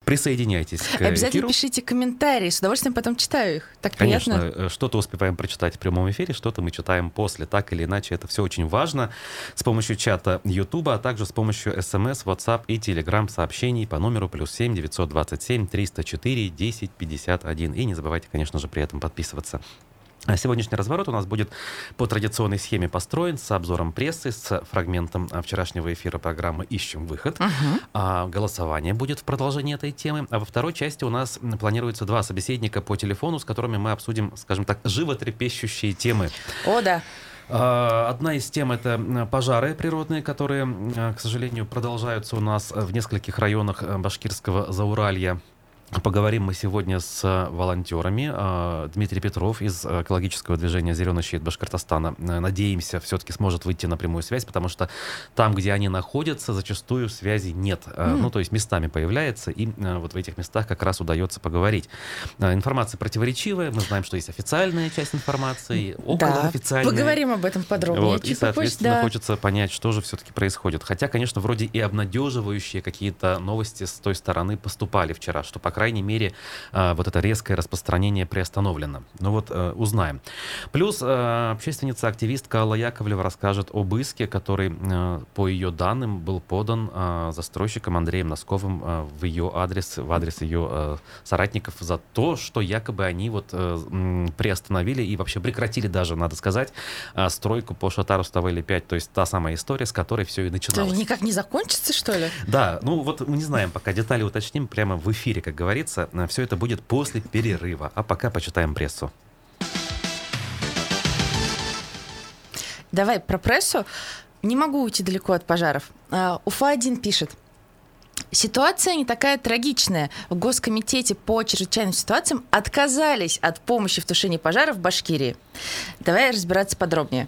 Присоединяйтесь к Обязательно эфиру. пишите комментарии, с удовольствием потом читаю их. Так Конечно, приятно. что-то успеваем прочитать в прямом эфире, что-то мы читаем после. Так или иначе, это все очень важно. С помощью чата Ютуба, а также с помощью СМС, WhatsApp и Telegram сообщений по номеру +7 927 304 10 51. И не забывайте, конечно же, при этом подписываться. Сегодняшний разворот у нас будет по традиционной схеме построен с обзором прессы, с фрагментом вчерашнего эфира программы «Ищем выход». Голосование будет в продолжении этой темы. А во второй части у нас планируется 2 собеседника по телефону, с которыми мы обсудим, скажем так, животрепещущие темы. О, да. Одна из тем — это пожары природные, которые, к сожалению, продолжаются у нас в нескольких районах башкирского Зауралья. Поговорим мы сегодня с волонтерами. Дмитрий Петров из экологического движения «Зеленый щит» Башкортостана, надеемся, все-таки сможет выйти на прямую связь, потому что там, где они находятся, зачастую связи нет. Ну, то есть местами появляется, и вот в этих местах как раз удается поговорить. Информация противоречивая, мы знаем, что есть официальная часть информации, околоофициальная. Да, поговорим об этом подробнее. Вот, и, соответственно, хочется понять, что же все-таки происходит. Хотя, конечно, вроде и обнадеживающие какие-то новости с той стороны поступали вчера, что, по крайней мере, вот это резкое распространение приостановлено. Ну вот, узнаем. Плюс общественница-активистка Алла Яковлева расскажет об иске, который, по ее данным, был подан застройщиком Андреем Носковым в ее адрес, в адрес ее соратников за то, что якобы они вот приостановили и вообще прекратили даже, надо сказать, стройку по Шатару Ставели 5, то есть та самая история, с которой все и начиналось. То никак не закончится, что ли? Да, ну вот мы не знаем, пока детали уточним прямо в эфире, как говорится. Все это будет после перерыва. А пока почитаем прессу. Давай про прессу. Не могу уйти далеко от пожаров. Уфа-1 пишет. Ситуация не такая трагичная. В Госкомитете по чрезвычайным ситуациям отказались от помощи в тушении пожаров в Башкирии. Давай разбираться подробнее.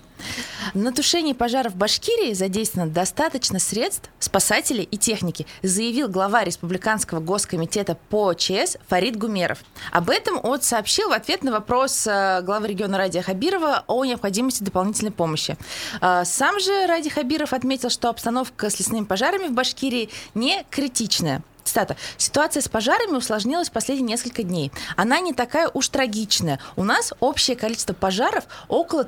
На тушении пожаров в Башкирии задействовано достаточно средств, спасателей и техники, заявил глава Республиканского Госкомитета по ЧС Фарид Гумеров. Об этом он сообщил в ответ на вопрос главы региона Ради Хабирова о необходимости дополнительной помощи. Сам же Ради Хабиров отметил, что обстановка с лесными пожарами в Башкирии не критичная. Цитата. «Ситуация с пожарами усложнилась в последние несколько дней. Она не такая уж трагичная. У нас общее количество пожаров около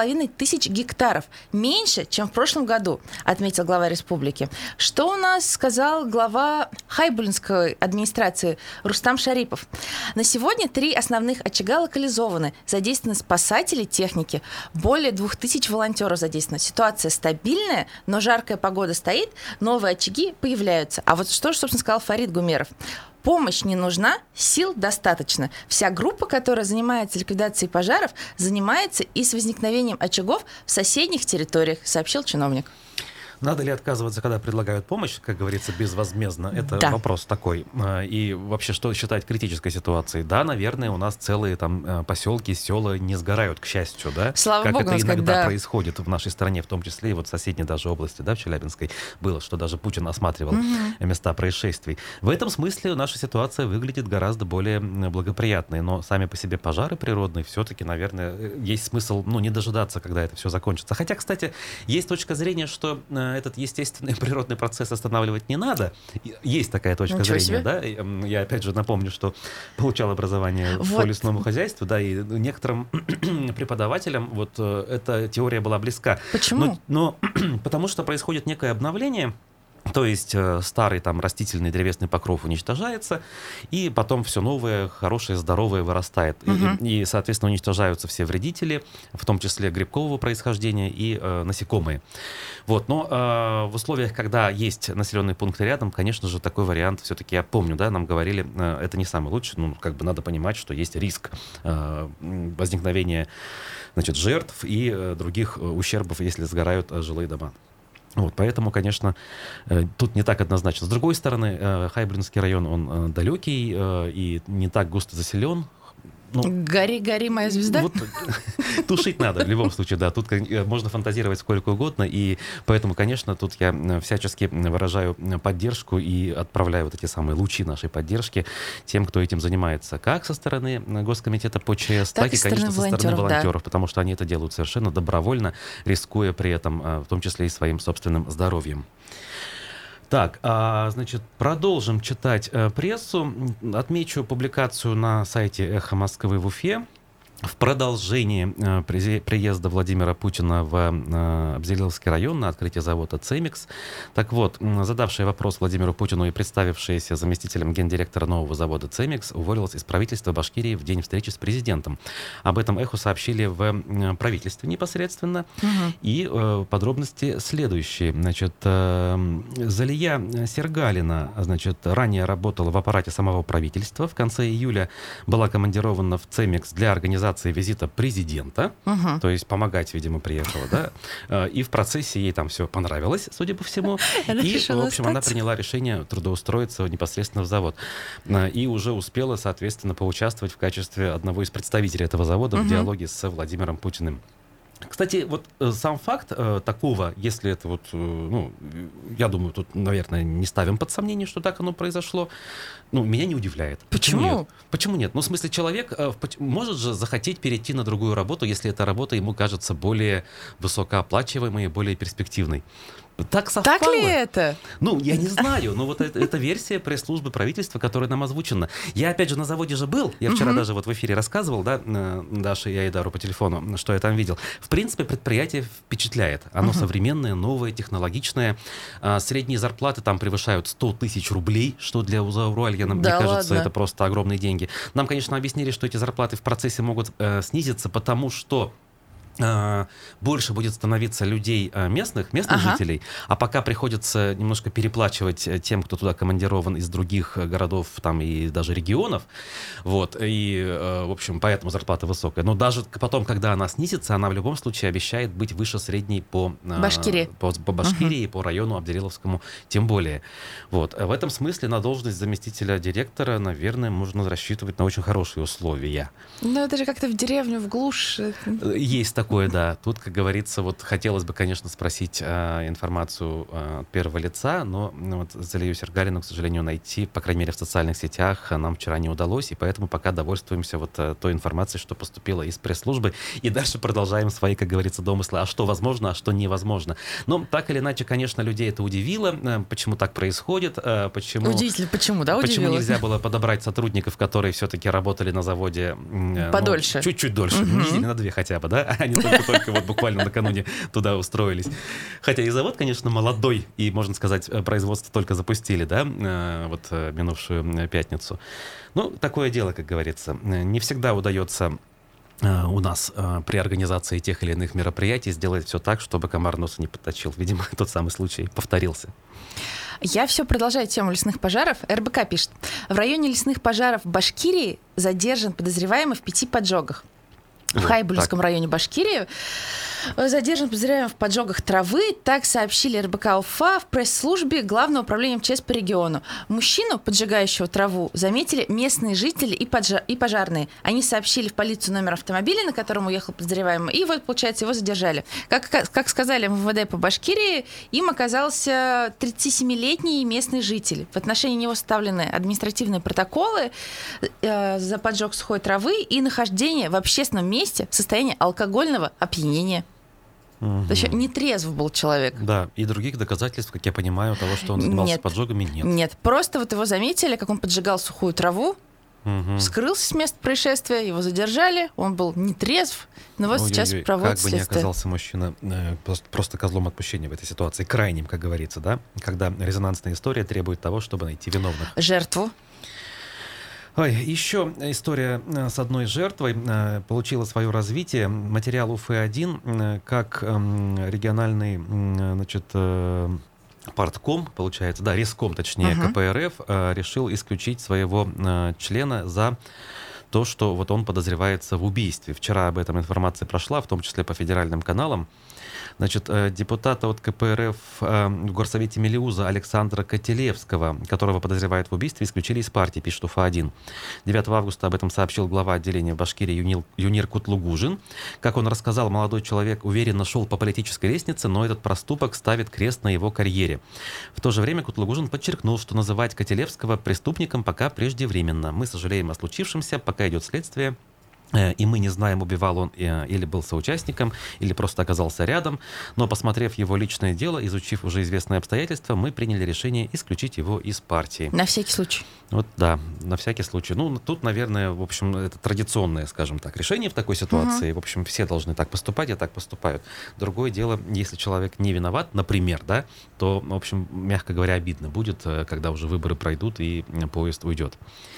3500 гектаров. Меньше, чем в прошлом году», отметил глава республики. Что у нас сказал глава Хайбулинской администрации Рустам Шарипов? На сегодня 3 основных очага локализованы. Задействованы спасатели, техники. Более 2000 волонтеров задействовано. Ситуация стабильная, но жаркая погода стоит, новые очаги появляются. А вот что же, собственно, сказал Фарид Гумеров. Помощь не нужна, сил достаточно. Вся группа, которая занимается ликвидацией пожаров, занимается и с возникновением очагов в соседних территориях, сообщил чиновник. Надо ли отказываться, когда предлагают помощь, как говорится, безвозмездно? Это вопрос такой. И вообще, что считать критической ситуацией? Да, наверное, у нас целые там поселки, села не сгорают, к счастью, да? Слава как Богу, это иногда происходит в нашей стране, в том числе и вот в соседней даже области, да, в Челябинской, было, что даже Путин осматривал места происшествий. В этом смысле наша ситуация выглядит гораздо более благоприятной, но сами по себе пожары природные все-таки, наверное, есть смысл, не дожидаться, когда это все закончится. Хотя, кстати, есть точка зрения, что этот естественный природный процесс останавливать не надо. Есть такая точка зрения, да? Я опять же напомню, что получал образование по лесному хозяйству, да, и некоторым преподавателям вот эта теория была близка. Почему? Но потому что происходит некое обновление. То есть старый там растительный древесный покров уничтожается, и потом все новое, хорошее, здоровое вырастает. И, соответственно, уничтожаются все вредители, в том числе грибкового происхождения и насекомые. Вот. Но в условиях, когда есть населенные пункты рядом, конечно же, такой вариант все-таки, я помню, да, нам говорили, это не самый лучший, надо понимать, что есть риск возникновения, жертв и других ущербов, если сгорают жилые дома. Вот, поэтому, конечно, тут не так однозначно. С другой стороны, Хайбулинский район, он далекий и не так густо заселен. Гори, гори, моя звезда. Вот, тушить надо в любом случае, да. Тут можно фантазировать сколько угодно, и поэтому, конечно, тут я всячески выражаю поддержку и отправляю вот эти самые лучи нашей поддержки тем, кто этим занимается, как со стороны Госкомитета по ЧС, так и, конечно, со стороны волонтеров, потому что они это делают совершенно добровольно, рискуя при этом, в том числе и своим собственным здоровьем. Так, значит, продолжим читать прессу. Отмечу публикацию на сайте «Эхо Москвы» в Уфе. В продолжении приезда Владимира Путина в Абзелиловский район на открытие завода «Цемикс». Так вот, задавшая вопрос Владимиру Путину и представившаяся заместителем гендиректора нового завода «Цемикс» уволилась из правительства Башкирии в день встречи с президентом. Об этом «Эхо» сообщили в правительстве непосредственно. И подробности следующие. Значит, Залия Сергалина, значит, ранее работала в аппарате самого правительства. В конце июля была командирована в «Цемикс» для организации визита президента, то есть помогать, видимо, приехала, да, и в процессе ей там все понравилось, судя по всему, и, в общем, она приняла решение трудоустроиться непосредственно в завод, и уже успела, соответственно, поучаствовать в качестве одного из представителей этого завода в диалоге с Владимиром Путиным. Кстати, вот сам факт такого, если это вот, ну, я думаю, тут, наверное, не ставим под сомнение, что так оно произошло, ну, меня не удивляет. Почему? Нет? Почему нет? Ну, в смысле, человек может же захотеть перейти на другую работу, если эта работа ему кажется более высокооплачиваемой и более перспективной. Так совпало. Так ли это? Ну, я не знаю, но вот это версия пресс-службы правительства, которая нам озвучена. Я, опять же, на заводе же был. Я вчера даже вот в эфире рассказывал, да, Даше и Айдару по телефону, что я там видел. В принципе, предприятие впечатляет. Оно современное, новое, технологичное. Средние зарплаты там превышают 100 тысяч рублей, что для Зауралья, мне кажется, это просто огромные деньги. Нам, конечно, объяснили, что эти зарплаты в процессе могут снизиться, потому что больше будет становиться людей местных жителей, а пока приходится немножко переплачивать тем, кто туда командирован из других городов там, и даже регионов. Вот, и, в общем, поэтому зарплата высокая. Но даже потом, когда она снизится, она в любом случае обещает быть выше средней по Башкирии, по Башкирии и по району Абдериловскому тем более. Вот. В этом смысле на должность заместителя директора, наверное, можно рассчитывать на очень хорошие условия. Ну, это же как-то в деревню, в глушь. Есть такое, да. Тут, как говорится, вот хотелось бы, конечно, спросить информацию от первого лица, но вот Залию Сергалину, к сожалению, найти, по крайней мере, в социальных сетях нам вчера не удалось, и поэтому пока довольствуемся вот той информацией, что поступила из пресс-службы, и дальше продолжаем свои, как говорится, домыслы, а что возможно, а что невозможно. Но так или иначе, конечно, людей это удивило, почему так происходит, почему... Удивительно, почему, да, удивило? Почему нельзя было подобрать сотрудников, которые все-таки работали на заводе... Подольше. Ну, чуть-чуть дольше, недели на 2 хотя бы, да? Они только вот буквально накануне туда устроились. Хотя и завод, конечно, молодой, и, можно сказать, производство только запустили, да, вот минувшую пятницу. Ну, такое дело, как говорится. Не всегда удается у нас при организации тех или иных мероприятий сделать все так, чтобы комар носа не подточил. Видимо, тот самый случай повторился. Я все продолжаю тему лесных пожаров. РБК пишет. В районе лесных пожаров в Башкирии задержан подозреваемый в 5 поджогах. В Хайбулинском районе Башкирии задержан подозреваемый в поджогах травы. Так сообщили РБК Уфа в пресс-службе Главного управления МЧС по региону. Мужчину, поджигающего траву, заметили местные жители и пожарные. Они сообщили в полицию номер автомобиля, на котором уехал подозреваемый, и вот, получается, его задержали. Как сказали МВД по Башкирии, им оказался 37-летний местный житель. В отношении него составлены административные протоколы за поджог сухой травы и нахождение в общественном месте в состоянии алкогольного опьянения. То есть нетрезв был человек. Да, и других доказательств, как я понимаю, того, что он занимался поджогами, нет. Нет, просто вот его заметили, как он поджигал сухую траву, скрылся с места происшествия, его задержали, он был нетрезв, но вот сейчас проводят следствие. Как бы не оказался мужчина просто козлом отпущения в этой ситуации, крайним, как говорится, да, когда резонансная история требует того, чтобы найти виновных. Жертву. Ой, еще история с одной жертвой получила свое развитие. Материал Уфы-1, как региональный, значит, партком, получается, да, реском, точнее, КПРФ, решил исключить своего члена за то, что вот он подозревается в убийстве. Вчера об этом информация прошла, в том числе по федеральным каналам. Значит, депутата от КПРФ в горсовете Мелеуза Александра Котелевского, которого подозревают в убийстве, исключили из партии, пишет Уфа-1. 9 августа об этом сообщил глава отделения в Башкирии Юнир Кутлугужин. Как он рассказал, молодой человек уверенно шел по политической лестнице, но этот проступок ставит крест на его карьере. В то же время Кутлугужин подчеркнул, что называть Котелевского преступником пока преждевременно. Мы сожалеем о случившемся, пока идет следствие. и мы не знаем, убивал он или был соучастником, или просто оказался рядом. Но, посмотрев его личное дело, изучив уже известные обстоятельства, мы приняли решение исключить его из партии. На всякий случай. Вот да, на всякий случай. Ну, тут, наверное, в общем, это традиционное, скажем так, решение в такой ситуации. В общем, все должны так поступать, и так поступают. Другое дело, если человек не виноват, например, да, то, в общем, мягко говоря, обидно будет, когда уже выборы пройдут и поезд уйдет.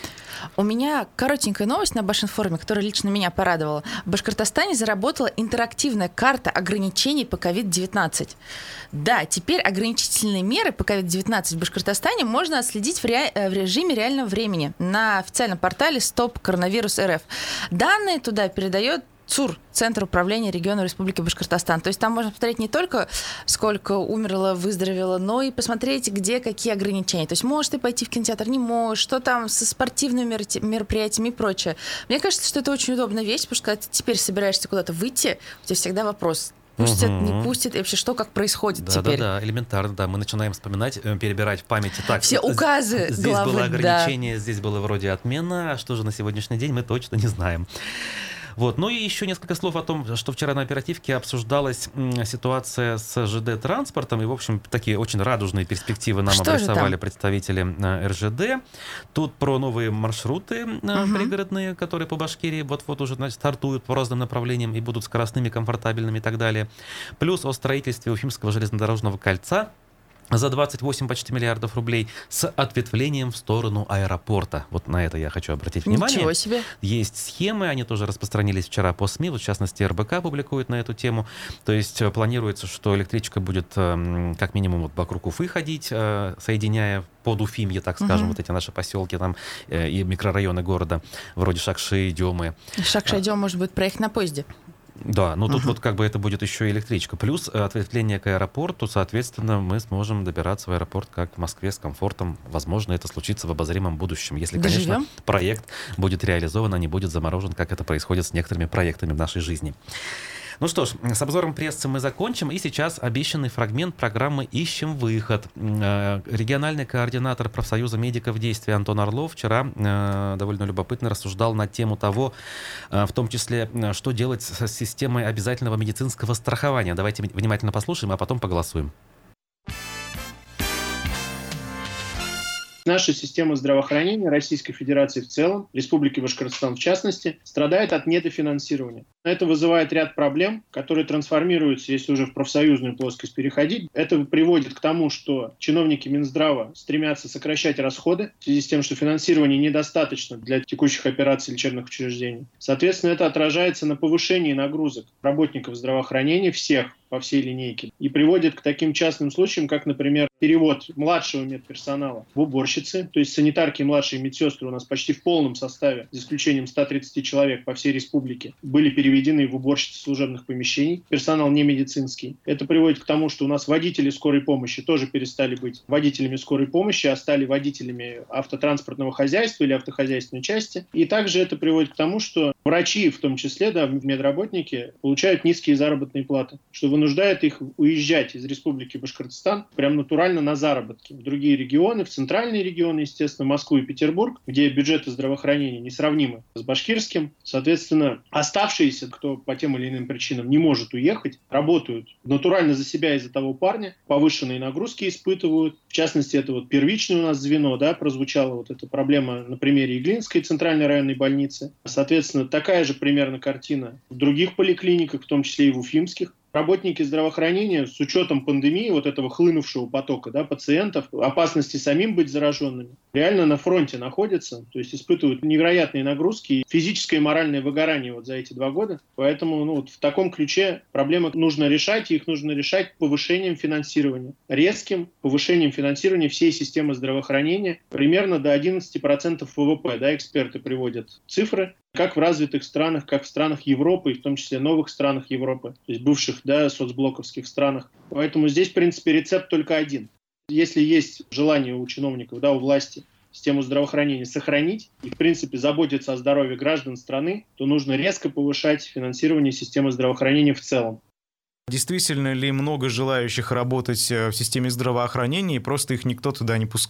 У меня коротенькая новость на Башинформе, которая лично меня порадовала. В Башкортостане заработала интерактивная карта ограничений по COVID-19. Да, теперь ограничительные меры по COVID-19 в Башкортостане можно отследить в режиме реального времени на официальном портале Стоп Коронавирус РФ. Данные туда передает ЦУР, Центр управления регионом Республики Башкортостан. То есть там можно посмотреть не только сколько умерло, выздоровело, но и посмотреть, где какие ограничения. То есть можешь ты пойти в кинотеатр, не можешь, что там со спортивными мероприятиями и прочее. Мне кажется, что это очень удобная вещь, потому что когда ты теперь собираешься куда-то выйти, у тебя всегда вопрос: пустят, не пустят, и вообще что, как происходит теперь. Да, элементарно, да. Мы начинаем вспоминать, перебирать в памяти. Так, все указы здесь главы, было ограничение, здесь было вроде отмена, а что же на сегодняшний день, мы точно не знаем. Вот. Ну и еще несколько слов о том, что вчера на оперативке обсуждалась ситуация с ЖД-транспортом. И, в общем, такие очень радужные перспективы нам обрисовали представители РЖД. Тут про новые маршруты пригородные, которые по Башкирии вот-вот уже стартуют по разным направлениям и будут скоростными, комфортабельными и так далее. Плюс о строительстве Уфимского железнодорожного кольца за 28 почти миллиардов рублей с ответвлением в сторону аэропорта. Вот на это я хочу обратить внимание. Ничего себе. Есть схемы, они тоже распространились вчера по СМИ, вот в частности РБК публикует на эту тему. То есть планируется, что электричка будет как минимум вот вокруг Уфы ходить, соединяя под Уфимье, так скажем, вот эти наши поселки там и микрорайоны города, вроде Шакши, Демы. Шакши, Демы, может быть, проехать на поезде. Да, но тут вот как бы это будет еще и электричка. Плюс ответвление к аэропорту, соответственно, мы сможем добираться в аэропорт как в Москве с комфортом. Возможно, это случится в обозримом будущем, если, конечно, проект будет реализован, а не будет заморожен, как это происходит с некоторыми проектами в нашей жизни. Ну что ж, с обзором прессы мы закончим. И сейчас обещанный фрагмент программы «Ищем выход». Региональный координатор профсоюза медиков действия Антон Орлов вчера довольно любопытно рассуждал на тему того, в том числе, что делать с системой обязательного медицинского страхования. Давайте внимательно послушаем, а потом поголосуем. Наша система здравоохранения Российской Федерации в целом, Республики Башкортостан в частности, страдает от недофинансирования. Это вызывает ряд проблем, которые трансформируются, если уже в профсоюзную плоскость переходить. Это приводит к тому, что чиновники Минздрава стремятся сокращать расходы в связи с тем, что финансирования недостаточно для текущих операций лечебных учреждений. Соответственно, это отражается на повышении нагрузок работников здравоохранения всех по всей линейке и приводит к таким частным случаям, как, например, перевод младшего медперсонала в уборщицы, то есть санитарки и младшие медсестры у нас почти в полном составе, за исключением 130 человек по всей республике, были переведены в уборщицы служебных помещений, персонал не медицинский. Это приводит к тому, что у нас водители скорой помощи тоже перестали быть водителями скорой помощи, а стали водителями автотранспортного хозяйства или автохозяйственной части. И также это приводит к тому, что врачи, в том числе, да, медработники, получают низкие заработные платы, что вынуждает их уезжать из Республики Башкортостан прям натурально на заработки в другие регионы, в центральные регионы, естественно, Москву и Петербург, где бюджеты здравоохранения несравнимы с башкирским. Соответственно, оставшиеся, кто по тем или иным причинам не может уехать, работают натурально за себя и за того парня, повышенные нагрузки испытывают. В частности, это вот первичное у нас звено, да, прозвучала вот эта проблема на примере Иглинской центральной районной больницы. Соответственно, такая же примерно картина в других поликлиниках, в том числе и в уфимских. Работники здравоохранения с учетом пандемии, вот этого хлынувшего потока, да, пациентов, опасности самим быть зараженными, реально на фронте находятся, то есть испытывают невероятные нагрузки и физическое и моральное выгорание вот за эти 2 года. Поэтому вот в таком ключе проблемы нужно решать, и их нужно решать повышением финансирования, резким повышением финансирования всей системы здравоохранения, примерно до 11% ВВП, да, эксперты приводят цифры, как в развитых странах, как в странах Европы, и в том числе новых странах Европы, то есть бывших, да, соцблоковских странах. Поэтому здесь, в принципе, рецепт только один. Если есть желание у чиновников, да, у власти систему здравоохранения сохранить и, в принципе, заботиться о здоровье граждан страны, то нужно резко повышать финансирование системы здравоохранения в целом. Действительно ли много желающих работать в системе здравоохранения, и просто их никто туда не пускает?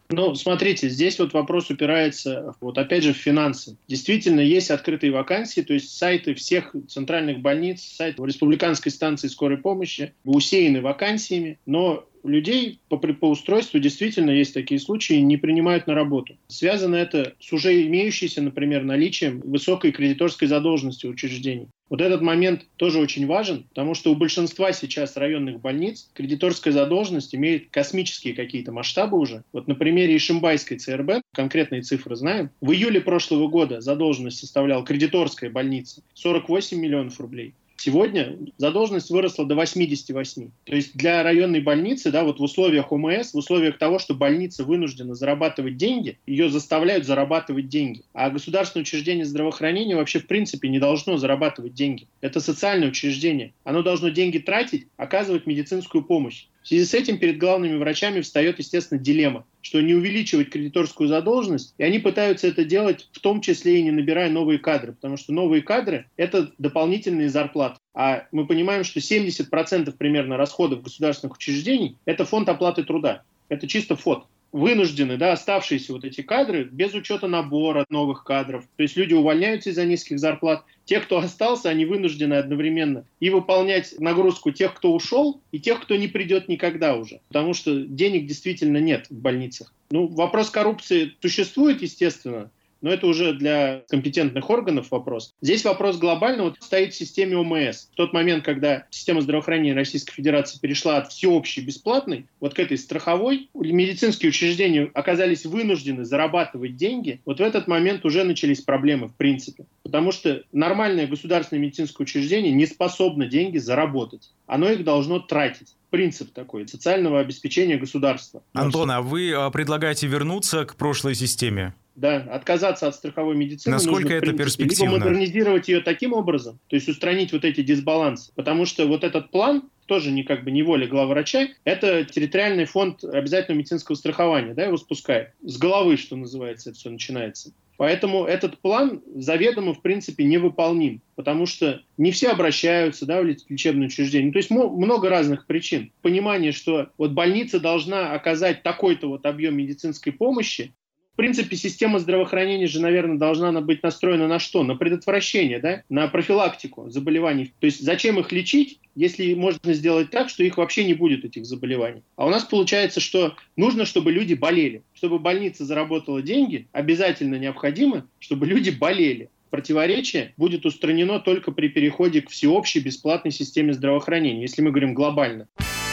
Ну, смотрите, здесь вот вопрос упирается, вот опять же, в финансы. Действительно, есть открытые вакансии, то есть сайты всех центральных больниц, сайты республиканской станции скорой помощи усеяны вакансиями, но людей по устройству действительно есть такие случаи, не принимают на работу. Связано это с уже имеющейся, например, наличием высокой кредиторской задолженности учреждений. Вот этот момент тоже очень важен, потому что у большинства сейчас районных больниц кредиторская задолженность имеет космические какие-то масштабы уже. Вот на примере Ишимбайской ЦРБ, конкретные цифры знаем, в июле прошлого года задолженность составляла кредиторская больница 48 миллионов рублей. Сегодня задолженность выросла до 88. То есть для районной больницы, да, вот в условиях ОМС, в условиях того, что больница вынуждена зарабатывать деньги, ее заставляют зарабатывать деньги. А государственное учреждение здравоохранения вообще в принципе не должно зарабатывать деньги. Это социальное учреждение. Оно должно деньги тратить, оказывать медицинскую помощь. В связи с этим перед главными врачами встает, естественно, дилемма, что не увеличивать кредиторскую задолженность, и они пытаются это делать в том числе и не набирая новые кадры, потому что новые кадры – это дополнительные зарплаты. А мы понимаем, что 70% примерно расходов государственных учреждений – это фонд оплаты труда, это чисто фонд. Вынуждены, да, оставшиеся вот эти кадры без учета набора новых кадров. То есть люди увольняются из-за низких зарплат. Те, кто остался, они вынуждены одновременно и выполнять нагрузку тех, кто ушел, и тех, кто не придет никогда уже. Потому что денег действительно нет в больницах. Ну, вопрос коррупции существует, естественно, но это уже для компетентных органов вопрос. Здесь вопрос глобально вот стоит в системе ОМС. В тот момент, когда система здравоохранения Российской Федерации перешла от всеобщей бесплатной вот к этой страховой, медицинские учреждения оказались вынуждены зарабатывать деньги. Вот в этот момент уже начались проблемы в принципе. Потому что нормальное государственное медицинское учреждение не способно деньги заработать. Оно их должно тратить. Принцип такой социального обеспечения государства. Антон, а вы предлагаете вернуться к прошлой системе? Да, отказаться от страховой медицины. Насколько нужно, это перспективно? Либо модернизировать ее таким образом, то есть устранить вот эти дисбалансы. Потому что вот этот план, тоже не воля главврача, это территориальный фонд обязательного медицинского страхования, да, его спускает. С головы, что называется, это все начинается. Поэтому этот план заведомо, в принципе, невыполним, потому что не все обращаются, да, в лечебное учреждение. Ну, то есть много разных причин. Понимание, что вот больница должна оказать такой-то вот объем медицинской помощи. В принципе, система здравоохранения же, наверное, должна быть настроена на что? На предотвращение, да? На профилактику заболеваний. То есть зачем их лечить, если можно сделать так, что их вообще не будет, этих заболеваний? А у нас получается, что нужно, чтобы люди болели. Чтобы больница заработала деньги, обязательно необходимо, чтобы люди болели. Противоречие будет устранено только при переходе к всеобщей бесплатной системе здравоохранения, если мы говорим глобально.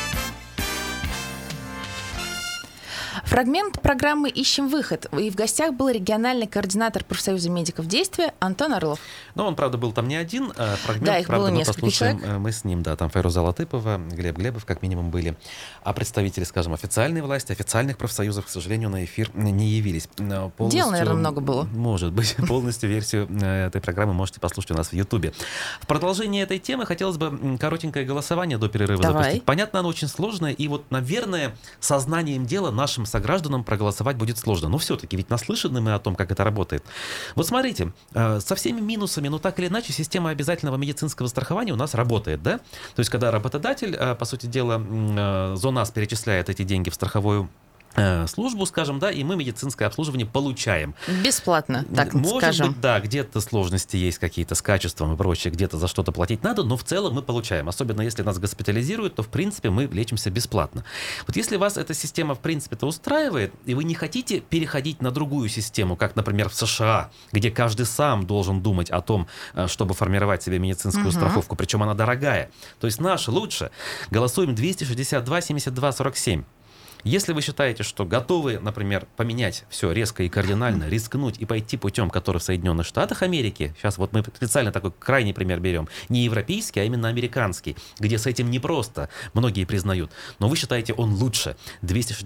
Фрагмент программы «Ищем выход». И в гостях был региональный координатор профсоюза медиков «Действия» Антон Орлов. Ну, он, правда, был там не один. Фрагмент, да, их правда, было мы несколько послушаем человек. Мы с ним, да, там Файруза Латыпова, Глеб Глебов, как минимум, были. А представители, скажем, официальной власти, официальных профсоюзов, к сожалению, на эфир не явились. Дел, наверное, много было. Может быть. Полностью версию этой программы можете послушать у нас в Ютубе. В продолжении этой темы хотелось бы коротенькое голосование до перерыва запустить. Понятно, оно очень сложное, и вот, наверное, сознанием дела нашим согражданам проголосовать будет сложно. Но все-таки ведь наслышаны мы о том, как это работает. Вот смотрите, со всеми минусами, но так или иначе, система обязательного медицинского страхования у нас работает, да? То есть, когда работодатель, по сути дела, ЗОНАС перечисляет эти деньги в страховую службу, скажем, да, и мы медицинское обслуживание получаем. Бесплатно, так Может скажем. быть, да, где-то сложности есть какие-то с качеством и прочее, где-то за что-то платить надо, но в целом мы получаем. Особенно если нас госпитализируют, то, в принципе, мы лечимся бесплатно. Вот если вас эта система, в принципе-то, устраивает, и вы не хотите переходить на другую систему, как, например, в США, где каждый сам должен думать о том, чтобы формировать себе медицинскую страховку, причем она дорогая. То есть наша лучше. Голосуем 262-72-47. Если вы считаете, что готовы, например, поменять все резко и кардинально, рискнуть и пойти путем, который в Соединенных Штатах Америки, сейчас вот мы специально такой крайний пример берем, не европейский, а именно американский, где с этим непросто, многие признают, но вы считаете, он лучше.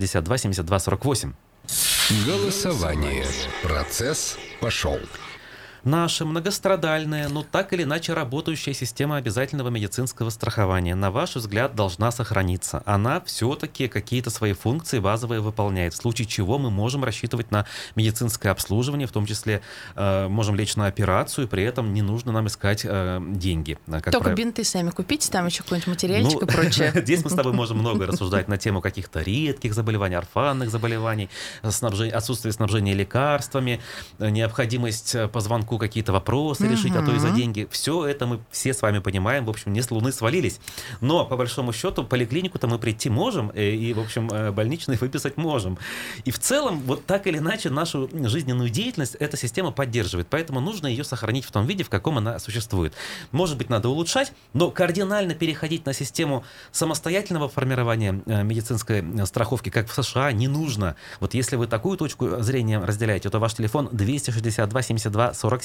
262-72-48. Голосование. Процесс пошел. Наша многострадальная, но так или иначе работающая система обязательного медицинского страхования, на ваш взгляд, должна сохраниться. Она все-таки какие-то свои функции базовые выполняет, в случае чего мы можем рассчитывать на медицинское обслуживание, в том числе можем лечь на операцию, при этом не нужно нам искать деньги. Только бинты сами купите, там еще какой-нибудь материальчик и прочее. Здесь мы с тобой можем много рассуждать на тему каких-то редких заболеваний, орфанных заболеваний, отсутствие снабжения лекарствами, необходимость по звонку какие-то вопросы решить, а то и за деньги. Все это мы все с вами понимаем, в общем, не с Луны свалились. Но, по большому счету, в поликлинику-то мы прийти можем, и, в общем, больничный выписать можем. И в целом, вот так или иначе, нашу жизненную деятельность эта система поддерживает. Поэтому нужно ее сохранить в том виде, в каком она существует. Может быть, надо улучшать, но кардинально переходить на систему самостоятельного формирования медицинской страховки, как в США, не нужно. Вот если вы такую точку зрения разделяете, то ваш телефон 262 72 47.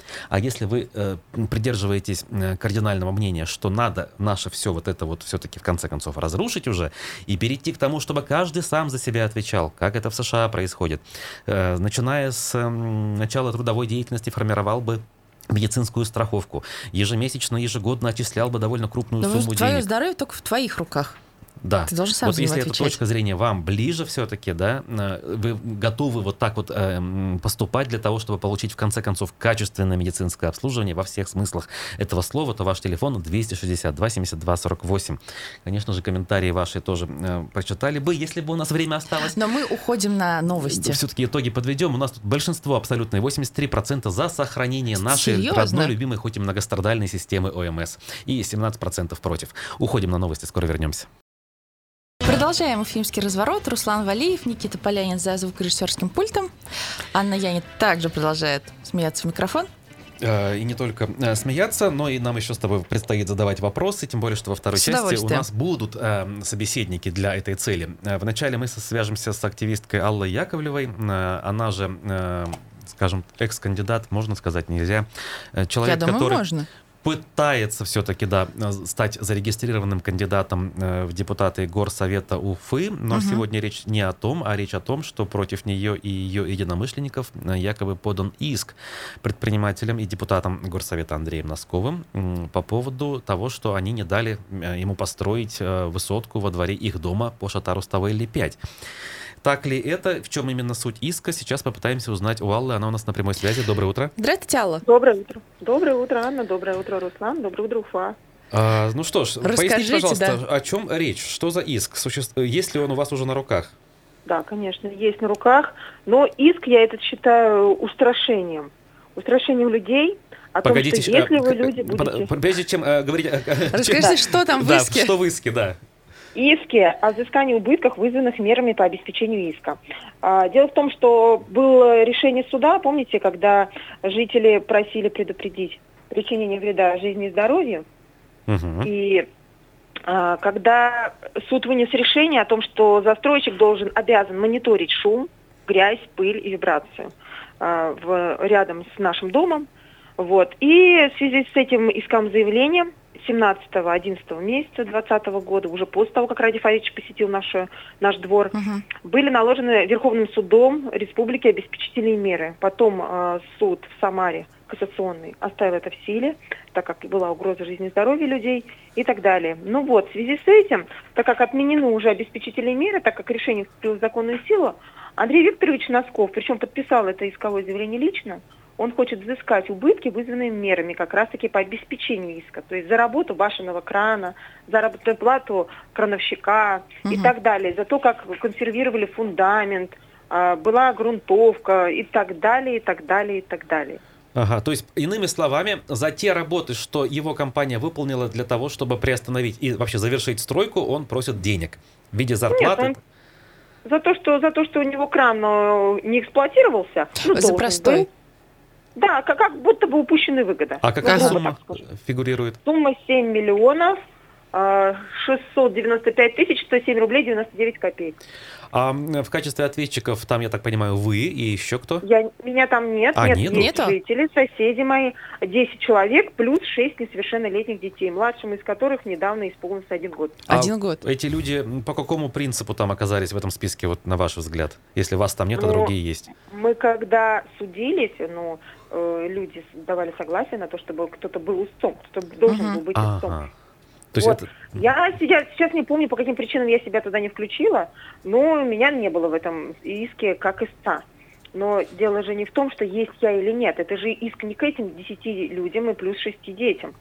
А если вы придерживаетесь кардинального мнения, что надо наше все вот это вот все-таки в конце концов разрушить уже и перейти к тому, чтобы каждый сам за себя отвечал, как это в США происходит, начиная с начала трудовой деятельности формировал бы медицинскую страховку, ежемесячно, ежегодно отчислял бы довольно крупную сумму денег. Твое здоровье только в твоих руках. Да, ты должен сам вот если отвечать. эта точка зрения вам ближе все-таки, да, вы готовы вот так вот поступать для того, чтобы получить в конце концов качественное медицинское обслуживание во всех смыслах этого слова, то ваш телефон 262 72 48. Конечно же, комментарии ваши тоже прочитали бы, если бы у нас время осталось. Но мы уходим на новости. Все-таки итоги подведем. У нас тут большинство абсолютное, 83% за сохранение нашей Серьезно? родной, любимой, хоть и многострадальной системы ОМС. И 17% против. Уходим на новости, скоро вернемся. Продолжаем «Уфимский разворот». Руслан Валиев, Никита Полянин за звукорежиссерским пультом. Анна Янит также продолжает смеяться в микрофон. И не только смеяться, но и нам еще с тобой предстоит задавать вопросы, тем более, что во второй части у нас будут собеседники для этой цели. Вначале мы свяжемся с активисткой Аллой Яковлевой, она же, скажем, экс-кандидат, можно сказать, нельзя. Человек, Я думаю, который можно. Пытается все-таки, да, стать зарегистрированным кандидатом в депутаты Горсовета Уфы, но сегодня речь не о том, а речь о том, что против нее и ее единомышленников якобы подан иск предпринимателям и депутатам Горсовета Андреем Носковым по поводу того, что они не дали ему построить высотку во дворе их дома по Шатару Ставелли 5. Так ли это? В чем именно суть иска? Сейчас попытаемся узнать у Аллы. Она у нас на прямой связи. Доброе утро. Здравствуйте, Алла. Доброе утро. Доброе утро, Анна. Доброе утро, Руслан. Доброе утро, Уфа. Ну что ж, поясните, пожалуйста, да. о чем речь? Что за иск? Есть ли он у вас уже на руках? Да, конечно, есть на руках. Но иск я этот считаю устрашением. Устрашением людей. О Погодите, том, что если вы люди будете... Прежде чем говорить... Расскажите, что там в иске? Что в иске, да. Иски о взыскании убытков, вызванных мерами по обеспечению иска. Дело в том, что было решение суда, помните, когда жители просили предупредить причинение вреда жизни и здоровью. И когда суд вынес решение о том, что застройщик обязан мониторить шум, грязь, пыль и вибрацию рядом с нашим домом. Вот. И в связи с этим исковым заявлением 17-11 месяца 2020 года, уже после того, как Ради Фаридович посетил наш двор, были наложены Верховным судом Республики обеспечительные меры. Потом суд в Самаре, кассационный, оставил это в силе, так как была угроза жизни и здоровья людей и так далее. Ну вот, в связи с этим, так как отменены уже обеспечительные меры, так как решение вступило в законную силу, Андрей Викторович Носков, причем подписал это исковое заявление лично, он хочет взыскать убытки, вызванные мерами как раз-таки по обеспечению иска. То есть за работу башенного крана, заработную плату крановщика и так далее. За то, как консервировали фундамент, была грунтовка и так далее, и так далее, и так далее. Ага, то есть, иными словами, за те работы, что его компания выполнила для того, чтобы приостановить и вообще завершить стройку, он просит денег в виде зарплаты? Нет, за то, что у него кран не эксплуатировался. За простой. Да, как будто бы упущенная выгода. А какая сумма фигурирует? Сумма 7 миллионов 695 107 рублей 99 копеек. А в качестве ответчиков там, я так понимаю, вы и еще кто? Меня там нет. Нету? Есть жители, соседи мои, 10 человек, плюс 6 несовершеннолетних детей, младшим из которых недавно исполнился 1 год. 1 год. Эти люди по какому принципу там оказались в этом списке, вот на ваш взгляд? Если вас там нет, а другие есть. Мы когда судились, люди давали согласие на то, чтобы кто-то был истцом, кто должен был быть истцом. То есть вот. это... Я сейчас не помню, по каким причинам я себя туда не включила, но меня не было в этом иске как истца. Но дело же не в том, что есть я или нет. Это же иск не к этим 10 людям и плюс 6 детям.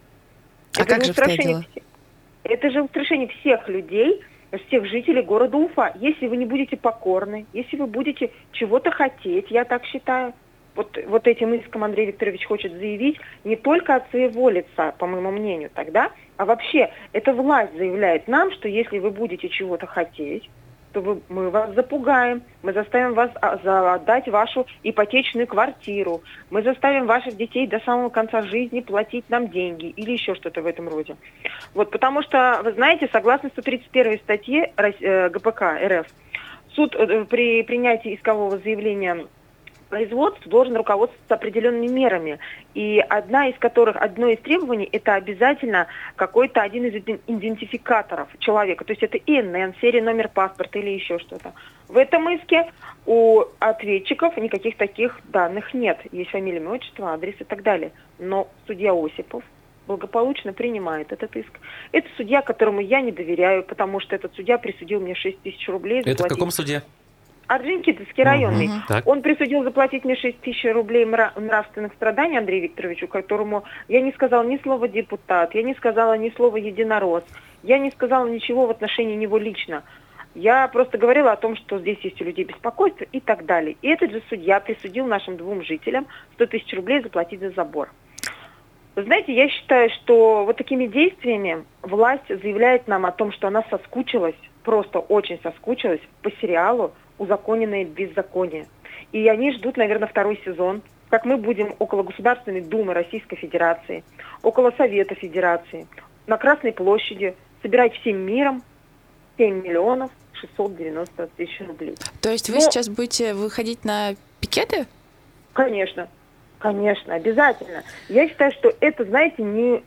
Как же дело? Это же устрашение всех людей, всех жителей города Уфа. Если вы не будете покорны, если вы будете чего-то хотеть, я так считаю, вот этим иском Андрей Викторович хочет заявить не только от своего лица, по моему мнению, тогда, а вообще эта власть заявляет нам, что если вы будете чего-то хотеть, то мы вас запугаем, мы заставим вас отдать вашу ипотечную квартиру, мы заставим ваших детей до самого конца жизни платить нам деньги или еще что-то в этом роде. Вот, потому что, вы знаете, согласно 131 статье ГПК РФ, суд при принятии искового заявления производство должен руководствоваться определенными мерами. И одно из требований – это обязательно какой-то один из идентификаторов человека. То есть это ИНН, серия, номер паспорта или еще что-то. В этом иске у ответчиков никаких таких данных нет. Есть фамилия, имя, отчество, адрес и так далее. Но судья Осипов благополучно принимает этот иск. Это судья, которому я не доверяю, потому что этот судья присудил мне 6 тысяч рублей. Это в каком суде? Орджоникидзевский районный. Так. Он присудил заплатить мне 6 тысяч рублей нравственных страданий Андрею Викторовичу, которому я не сказала ни слова депутат, я не сказала ни слова единорос, я не сказала ничего в отношении него лично. Я просто говорила о том, что здесь есть у людей беспокойство и так далее. И этот же судья присудил нашим 2 жителям 100 тысяч рублей заплатить за забор. Вы знаете, я считаю, что вот такими действиями власть заявляет нам о том, что она соскучилась, просто очень соскучилась по сериалу «Узаконенное беззаконие». И они ждут, наверное, 2-й сезон, как мы будем около Государственной Думы Российской Федерации, около Совета Федерации, на Красной площади собирать всем миром 7 миллионов 690 тысяч рублей. То есть вы сейчас будете выходить на пикеты? Конечно, обязательно. Я считаю, что это, знаете,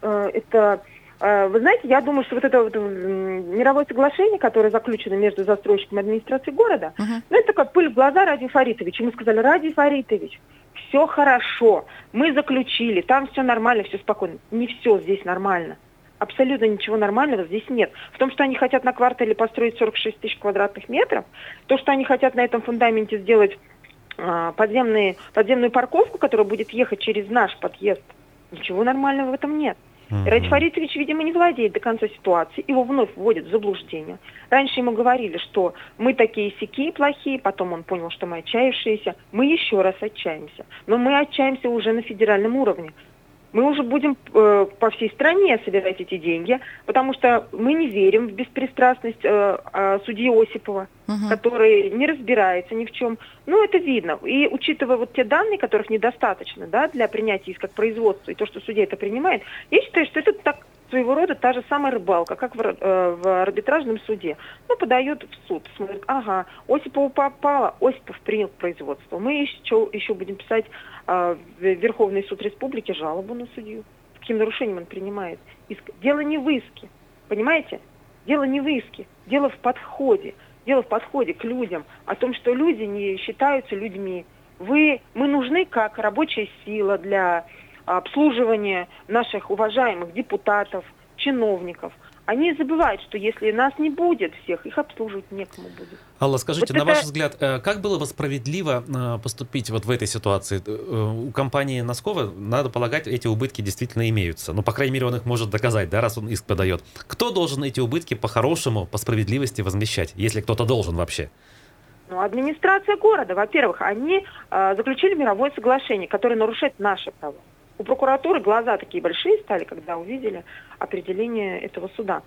вы знаете, я думаю, что вот это мировое соглашение, которое заключено между застройщиком и администрацией города, это такая пыль в глаза Радию Фаритовичу. Мы сказали: Радий Фаритович, все хорошо, мы заключили, там все нормально, все спокойно. Не все здесь нормально. Абсолютно ничего нормального здесь нет. В том, что они хотят на квартале построить 46 тысяч квадратных метров, то, что они хотят на этом фундаменте сделать подземную парковку, которая будет ехать через наш подъезд, ничего нормального в этом нет. Радий Фаритович, видимо, не владеет до конца ситуации, его вновь вводят в заблуждение. Раньше ему говорили, что мы такие-сякие плохие, потом он понял, что мы отчаявшиеся, мы еще раз отчаемся. Но мы отчаемся уже на федеральном уровне. Мы уже будем по всей стране собирать эти деньги, потому что мы не верим в беспристрастность судьи Осипова, который не разбирается ни в чем. Ну, это видно. И учитывая вот те данные, которых недостаточно, да, для принятия иска к производству, и то, что судья это принимает, я считаю, что это так своего рода та же самая рыбалка, как в арбитражном суде. Ну, подает в суд, смотрит: ага, Осипову попало, Осипов принял к производству. Мы еще будем писать в Верховный суд Республики жалобу на судью. С каким нарушением он принимает иск. Дело не в иске, понимаете? Дело не в иске, дело в подходе. Дело в подходе к людям, о том, что люди не считаются людьми. Мы нужны как рабочая сила для обслуживания наших уважаемых депутатов, чиновников. Они забывают, что если нас не будет всех, их обслуживать некому будет. Алла, скажите, вот на ваш взгляд, как было бы справедливо поступить вот в этой ситуации? У компании Носкова, надо полагать, эти убытки действительно имеются. Ну, по крайней мере, он их может доказать, да, раз он иск подает. Кто должен эти убытки по-хорошему, по справедливости возмещать, если кто-то должен вообще? Ну, администрация города, во-первых, они заключили мировое соглашение, которое нарушает наши права. У прокуратуры глаза такие большие стали, когда увидели определение этого суда.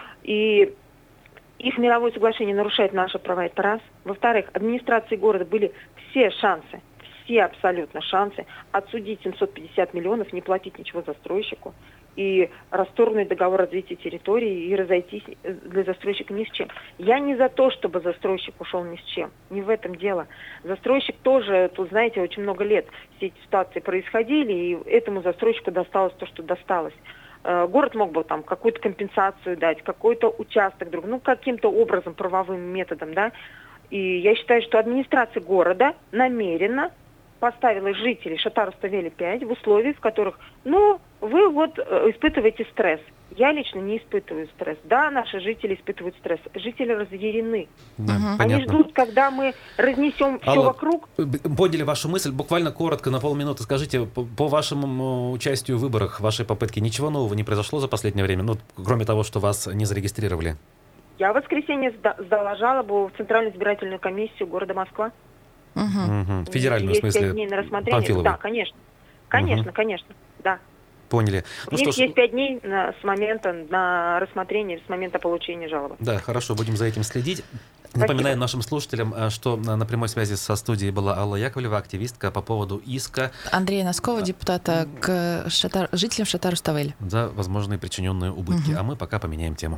И их мировое соглашение нарушает наши права, это раз. Во-вторых, администрации города были все шансы, все абсолютно шансы отсудить 750 миллионов, не платить ничего застройщику. и расторгнуть договор развития территории и разойтись для застройщика ни с чем. Я не за то, чтобы застройщик ушел ни с чем. Не в этом дело. Застройщик тоже, тут, знаете, очень много лет все эти ситуации происходили, и этому застройщику досталось то, что досталось. Город мог бы там какую-то компенсацию дать, какой-то участок, каким-то образом, правовым методом, да. И я считаю, что администрация города намеренно поставила жителей Шатару-Ставели 5 в условиях, в которых, вы вот испытываете стресс. Я лично не испытываю стресс. Да, наши жители испытывают стресс. Жители разъярены. Да, Они ждут, когда мы разнесем все вокруг. Поняли вашу мысль. Буквально коротко, на полминуты. Скажите, по вашему участию в выборах, вашей попытке, ничего нового не произошло за последнее время? Кроме того, что вас не зарегистрировали? Я в воскресенье сдала жалобу в Центральную избирательную комиссию города Москва. Федеральную, в смысле, 5 дней на рассмотрение. Панфиловой? Да, конечно. Конечно, да. Поняли. У них есть 5 дней с момента на рассмотрение, с момента получения жалобы. Да, хорошо, будем за этим следить. Спасибо. Напоминаю нашим слушателям, что на прямой связи со студией была Алла Яковлева, активистка по поводу иска Андрея Носкова, депутата к жителям Шатару-Ставели. За возможные причиненные убытки. А мы пока поменяем тему.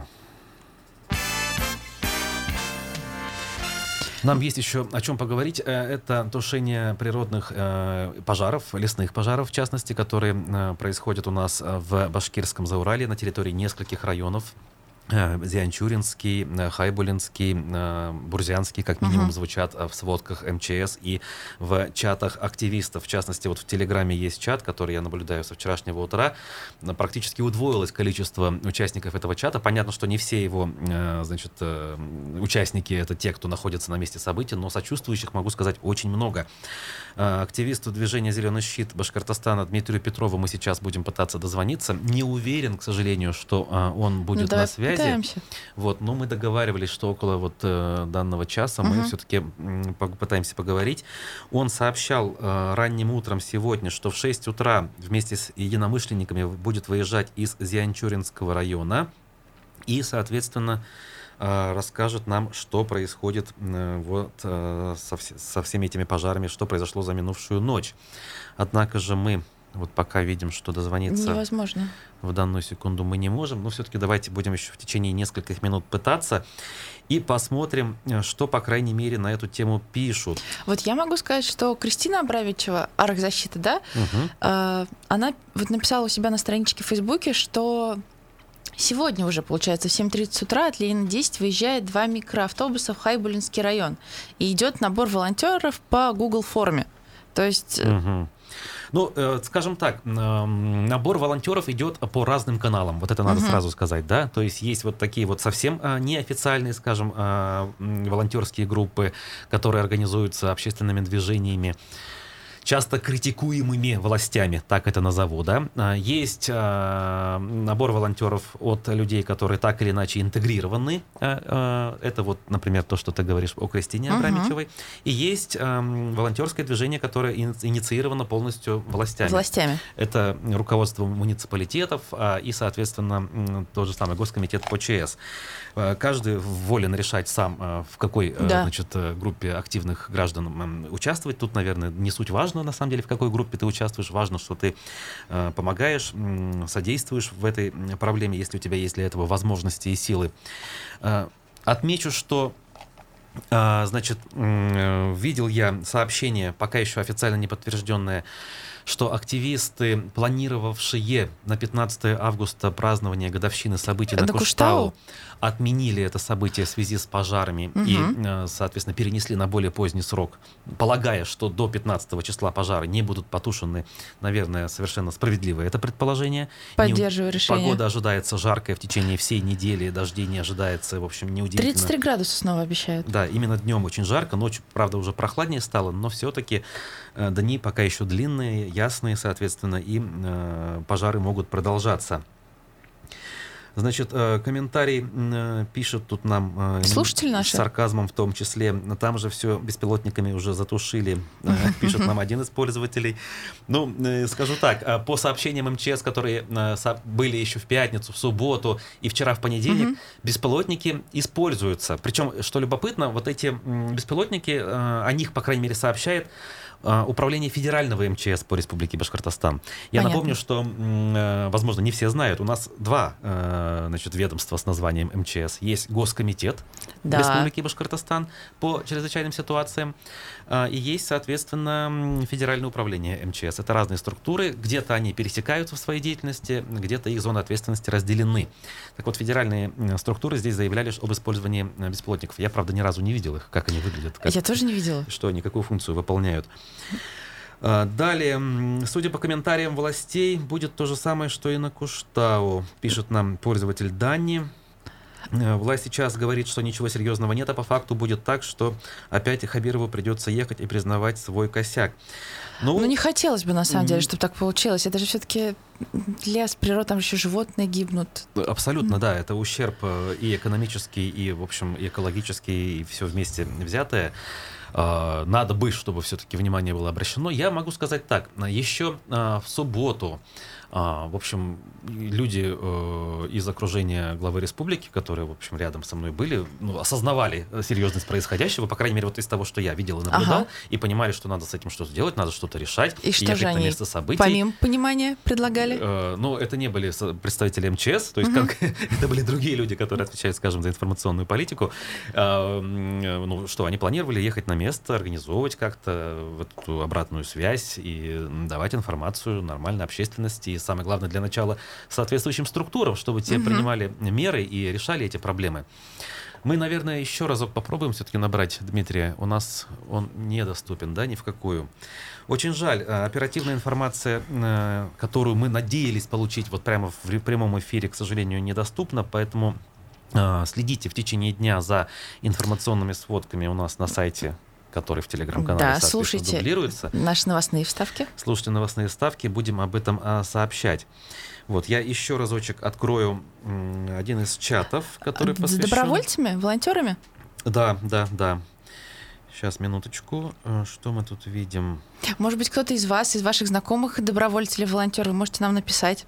Нам есть еще о чем поговорить. Это тушение природных пожаров, лесных пожаров, в частности, которые происходят у нас в Башкирском Зауралье на территории нескольких районов. Зианчуринский, Хайбулинский, Бурзянский, как минимум, звучат в сводках МЧС и в чатах активистов. В частности, вот в Телеграме есть чат, который я наблюдаю со вчерашнего утра. Практически удвоилось количество участников этого чата. Понятно, что не все его, участники — это те, кто находится на месте событий, но сочувствующих, могу сказать, очень много. Активисту движения «Зеленый щит» Башкортостана Дмитрию Петрову мы сейчас будем пытаться дозвониться. Не уверен, к сожалению, что он будет на связи. Но мы договаривались, что около данного часа мы все-таки попытаемся поговорить. Он сообщал ранним утром сегодня, что в 6 утра вместе с единомышленниками будет выезжать из Зианчуринского района и, соответственно, расскажет нам, что происходит со всеми этими пожарами, что произошло за минувшую ночь. Однако же мы пока видим, что дозвониться невозможно. В данную секунду мы не можем, но все-таки давайте будем еще в течение нескольких минут пытаться и посмотрим, что, по крайней мере, на эту тему пишут. Я могу сказать, что Кристина Абрамовичева, Аргзащита, она написала у себя на страничке в Фейсбуке, что сегодня уже, получается, в 7:30 утра от Ленина 10 выезжает 2 микроавтобуса в Хайбулинский район. И идет набор волонтеров по Google форме. То есть... скажем так, набор волонтеров идет по разным каналам. Вот это надо сразу сказать, да? То есть есть такие совсем неофициальные, скажем, волонтерские группы, которые организуются общественными движениями, часто критикуемыми властями, так это назову, да. Есть набор волонтеров от людей, которые так или иначе интегрированы. Это например, то, что ты говоришь о Кристине Абрамовичевой. И есть волонтерское движение, которое инициировано полностью властями. Это руководство муниципалитетов и, соответственно, тот же самый Госкомитет по ЧС. Каждый волен решать сам, в какой группе активных граждан участвовать. Тут, наверное, не суть важно, на самом деле, в какой группе ты участвуешь. Важно, что ты помогаешь, содействуешь в этой проблеме, если у тебя есть для этого возможности и силы. Отмечу, что видел я сообщение, пока еще официально не подтвержденное, что активисты, планировавшие на 15 августа празднование годовщины событий на Куштау, отменили это событие в связи с пожарами и, соответственно, перенесли на более поздний срок, полагая, что до 15 числа пожары не будут потушены. Наверное, совершенно справедливое это предположение. Поддерживаю решение. Погода ожидается жаркая в течение всей недели, дождей не ожидается, в общем, неудивительно. 33 градуса снова обещают. Да, именно днем очень жарко, ночью, правда, уже прохладнее стало, но все-таки дни пока еще длинные, ясные, соответственно, и пожары могут продолжаться. Значит, комментарий пишут тут нам слушатели наши, с сарказмом в том числе. Там же все беспилотниками уже затушили, пишет нам один из пользователей. Скажу так, по сообщениям МЧС, которые были еще в пятницу, в субботу и вчера в понедельник, беспилотники используются. Причем, что любопытно, эти беспилотники, о них, по крайней мере, сообщает Управление федерального МЧС по Республике Башкортостан. Я Понятно. напомню, что, возможно, не все знают, у нас два ведомства с названием МЧС. Есть Госкомитет Республики Башкортостан по чрезвычайным ситуациям, и есть, соответственно, Федеральное управление МЧС. Это разные структуры, где-то они пересекаются в своей деятельности, где-то их зоны ответственности разделены. Так вот, федеральные структуры здесь заявляли об использовании беспилотников. Я, правда, ни разу не видел их, как они выглядят. Я тоже не видела. Что они, какую функцию выполняют. Далее, судя по комментариям властей, будет то же самое, что и на Куштау, пишет нам пользователь Данни. Власть сейчас говорит, что ничего серьезного нет, а по факту будет так, что опять Хабирову придется ехать и признавать свой косяк. Ну, не хотелось бы, на самом деле, чтобы так получилось. Это же все-таки лес, природа, там еще животные гибнут. Абсолютно, да. Это ущерб и экономический, и, в общем, и экологический, и все вместе взятое. Надо бы, чтобы все-таки внимание было обращено. Я могу сказать так. Еще в субботу, в общем, люди из окружения главы республики, которые, в общем, рядом со мной были, осознавали серьезность происходящего, по крайней мере, вот из того, что я видел и наблюдал, и понимали, что надо с этим что-то делать, надо что-то решать, и что же ехать они, на место событий. помимо понимания, предлагали? Это не были представители МЧС, то есть это были другие люди, которые отвечают, скажем, за информационную политику. Что они планировали ехать на место, организовывать как-то эту обратную связь и давать информацию нормальной общественности, и самое главное, для начала соответствующим структурам, чтобы те принимали меры и решали эти проблемы. Мы, наверное, еще разок попробуем все-таки набрать Дмитрия. У нас он недоступен, да, ни в какую. Очень жаль. Оперативная информация, которую мы надеялись получить вот прямо в прямом эфире, к сожалению, недоступна, поэтому следите в течение дня за информационными сводками у нас на сайте, который в Телеграм-канале, да, слушайте дублируется. Наши новостные вставки. Слушайте новостные вставки, будем об этом сообщать. Вот, я еще разочек открою один из чатов, который посвящен... С добровольцами, волонтерами? Да. Сейчас, минуточку. Что мы тут видим? Может быть, кто-то из вас, из ваших знакомых, добровольцев или волонтеров, вы можете нам написать.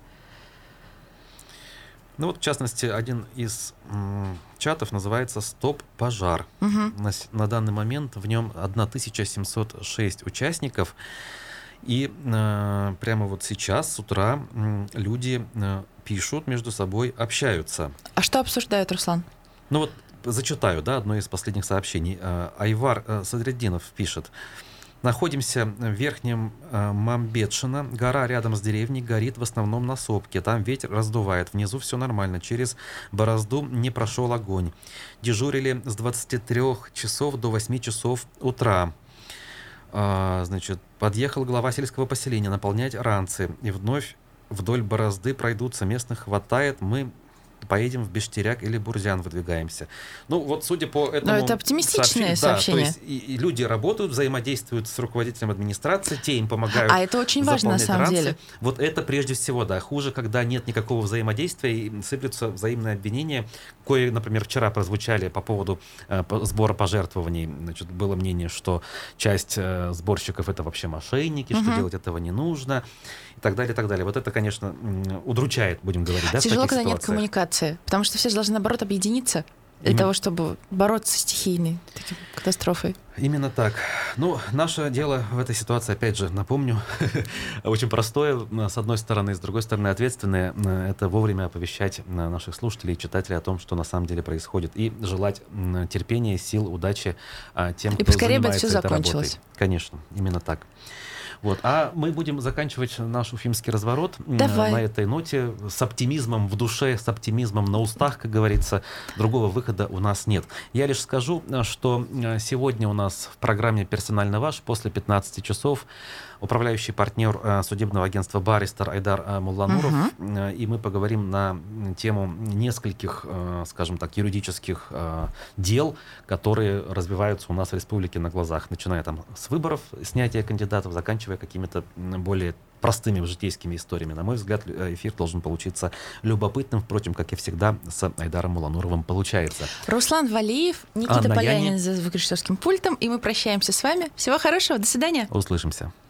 Ну вот, в частности, один из чатов называется «Стоп пожар». На данный момент в нем 1706 участников. И прямо вот сейчас, с утра, люди пишут между собой, общаются. А что обсуждают, Руслан? Ну вот, зачитаю, да, одно из последних сообщений. Айвар Садриддинов пишет. Находимся в Верхнем Мамбетшино. Гора рядом с деревней горит в основном на сопке. Там ветер раздувает. Внизу все нормально. Через борозду не прошел огонь. Дежурили с 23 часов до 8 часов утра. Подъехал глава сельского поселения наполнять ранцы. И вновь вдоль борозды пройдутся. Местных хватает. Мы поедем в Бештеряк или Бурзян, выдвигаемся. Ну, вот судя по этому... Но это оптимистичное сообщение. Да, то есть и люди работают, взаимодействуют с руководителем администрации, те им помогают. А это очень важно на самом деле. Вот это прежде всего, да. Хуже, когда нет никакого взаимодействия и сыплются взаимные обвинения, кое, например, вчера прозвучали по поводу сбора пожертвований. Значит, было мнение, что часть сборщиков — это вообще мошенники, что делать этого не нужно, и так далее, и так далее. Вот это, конечно, удручает, будем говорить, да, тяжело, в таких когда нет ситуациях. коммуникации, потому что все же должны, наоборот, объединиться для того, чтобы бороться с стихийной катастрофой. Именно так. Ну, наше дело в этой ситуации, опять же, напомню, очень простое, с одной стороны, с другой стороны, ответственное. Это вовремя оповещать наших слушателей и читателей о том, что на самом деле происходит, и желать терпения, сил, удачи тем, кто занимается этой работой. Конечно, именно так. Вот. А мы будем заканчивать наш уфимский разворот на этой ноте с оптимизмом в душе, с оптимизмом на устах, как говорится. Другого выхода у нас нет. Я лишь скажу, что сегодня у нас в программе «Персонально ваш» после 15 часов управляющий партнер судебного агентства «Баристер» Айдар Муллануров, и мы поговорим на тему нескольких, скажем так, юридических дел, которые развиваются у нас в республике на глазах, начиная там с выборов, снятия кандидатов, заканчивая какими-то более простыми житейскими историями. На мой взгляд, эфир должен получиться любопытным, впрочем, как и всегда, с Айдаром Муллануровым получается. Руслан Валиев, Никита Полянин за звукорежиссерским пультом, и мы прощаемся с вами. Всего хорошего, до свидания. Услышимся.